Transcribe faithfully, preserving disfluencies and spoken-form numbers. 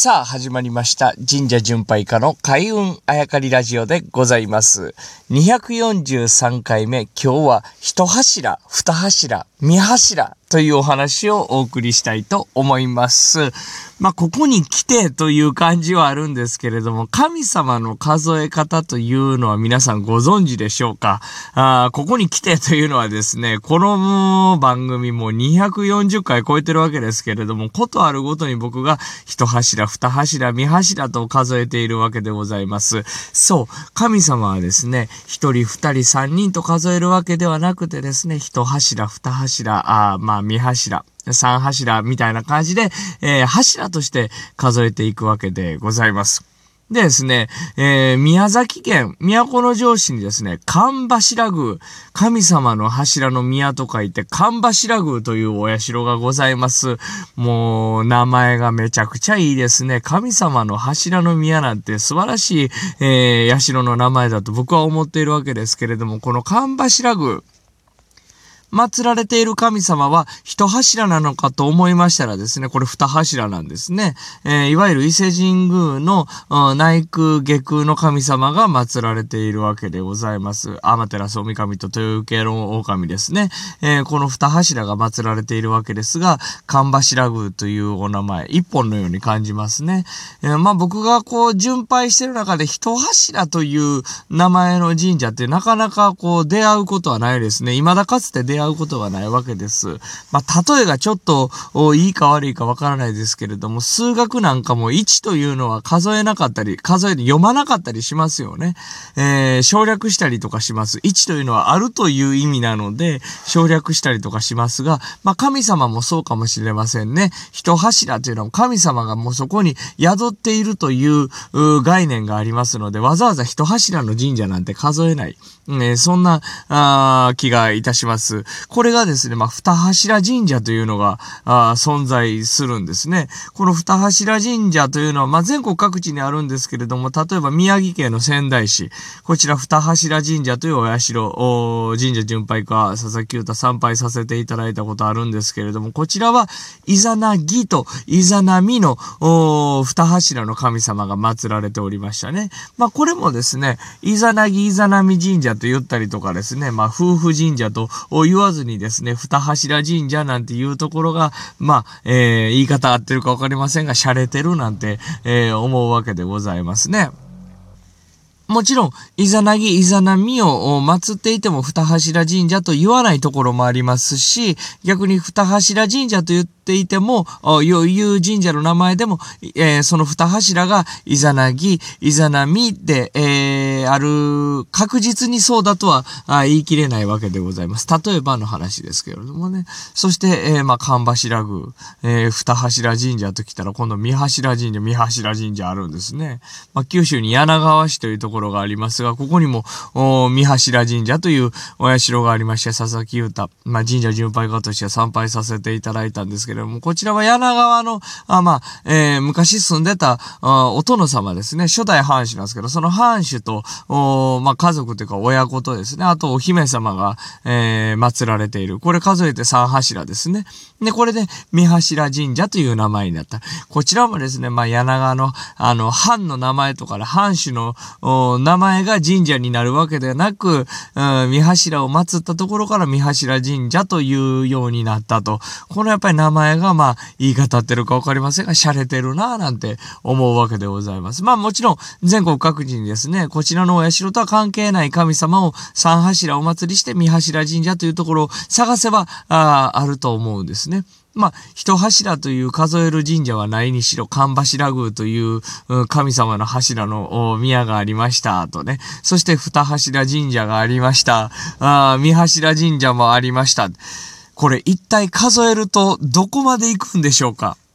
さあ始まりました神社巡拝家の開運あやかりラジオでございます。にひゃくよんじゅうさんかいめ、今日は一柱、二柱、三柱というお話をお送りしたいと思います。まあここに来てという感じはあるんですけれども、神様の数え方というのは皆さんご存知でしょうか。あここに来てというのはですね、この番組もにひゃくよんじゅっかい超えてるわけですけれども、ことあるごとに僕が一柱、二柱、三柱と数えているわけでございます。そう、神様はですね、一人、二人、三人と数えるわけではなくてですね、一柱、二柱、あまあ三柱、三柱みたいな感じで、えー、柱として数えていくわけでございます。でですね、えー、宮崎県都城市にですね、神柱宮、神様の柱の宮と書いて神柱宮というお社がございます。もう名前がめちゃくちゃいいですね。神様の柱の宮なんて素晴らしい、えー、社の名前だと僕は思っているわけですけれども、この神柱宮、祀られている神様は一柱なのかと思いましたらですね、これ二柱なんですね。えー、いわゆる伊勢神宮の内宮下宮の神様が祀られているわけでございます。天照大神と豊受の狼ですね。えー、この二柱が祀られているわけですが、神柱宮というお名前、一本のように感じますね。えー、まあ僕がこう巡拝している中で一柱という名前の神社ってなかなかこう出会うことはないですね。未だかつて出会うことはないわけです。まあ、例えがちょっといいか悪いかわからないですけれども、数学なんかもいちというのは数えなかったり、数えて読まなかったりしますよね。えー、省略したりとかします。いちというのはあるという意味なので、省略したりとかしますが、まあ、神様もそうかもしれませんね。一柱というのは神様がもうそこに宿っているという概念がありますので、わざわざ一柱の神社なんて数えない。ね、そんなあ気がいたします。これがですね、まあ、二柱神社というのがあ存在するんですね。この二柱神社というのは、まあ、全国各地にあるんですけれども、例えば宮城県の仙台市、こちら二柱神社というお社、お神社巡拝家、佐々木優太参拝させていただいたことあるんですけれども、こちらは、イザナギとイザナミの二柱の神様が祀られておりましたね。まあ、これもですね、イザナギイザナミ神社と言ったりとかですね、まあ、夫婦神社と言わずにですね、二柱神社なんていうところが、まあ、えー、言い方合ってるかわかりませんが、洒落てるなんて、えー、思うわけでございますね。もちろん、イザナギ、イザナミを祀っていても二柱神社と言わないところもありますし、逆に二柱神社と言っていても、いう神社の名前でも、えー、その二柱がイザナギ、イザナミで、えー、ある、確実にそうだとは言い切れないわけでございます。例えばの話ですけれどもね。そして、えー、まあ、神柱宮、えー、二柱神社ときたら、今度三柱神社、三柱神社あるんですね。まあ、九州に柳川市というところところがありますが、ここにも三柱神社というお社がありまして、佐々木優太、まあ、神社巡拝家として参拝させていただいたんですけれども、こちらは柳川のあ、まあえー、昔住んでたあお殿様ですね、初代藩主なんですけど、その藩主と、まあ、家族というか親子とですね、あとお姫様が、えー、祀られている。これ数えて三柱ですね。で、これで三柱神社という名前になった。こちらもですね、まあ、柳川のあの藩の名前とか藩主の名前が神社になるわけではなく、うん、三柱を祀ったところから三柱神社というようになったと。このやっぱり名前がまあ言い方ってるかわかりませんが、洒落てるなぁなんて思うわけでございます。まあもちろん全国各地にですね、こちらのお社とは関係ない神様を三柱お祭りして三柱神社というところを探せば あ, あると思うんですね。まあ、一柱という数える神社はないにしろ、神柱宮という神様の柱の宮がありましたとね。そして二柱神社がありました。あ三柱神社もありました。これ一体数えるとどこまで行くんでしょうか？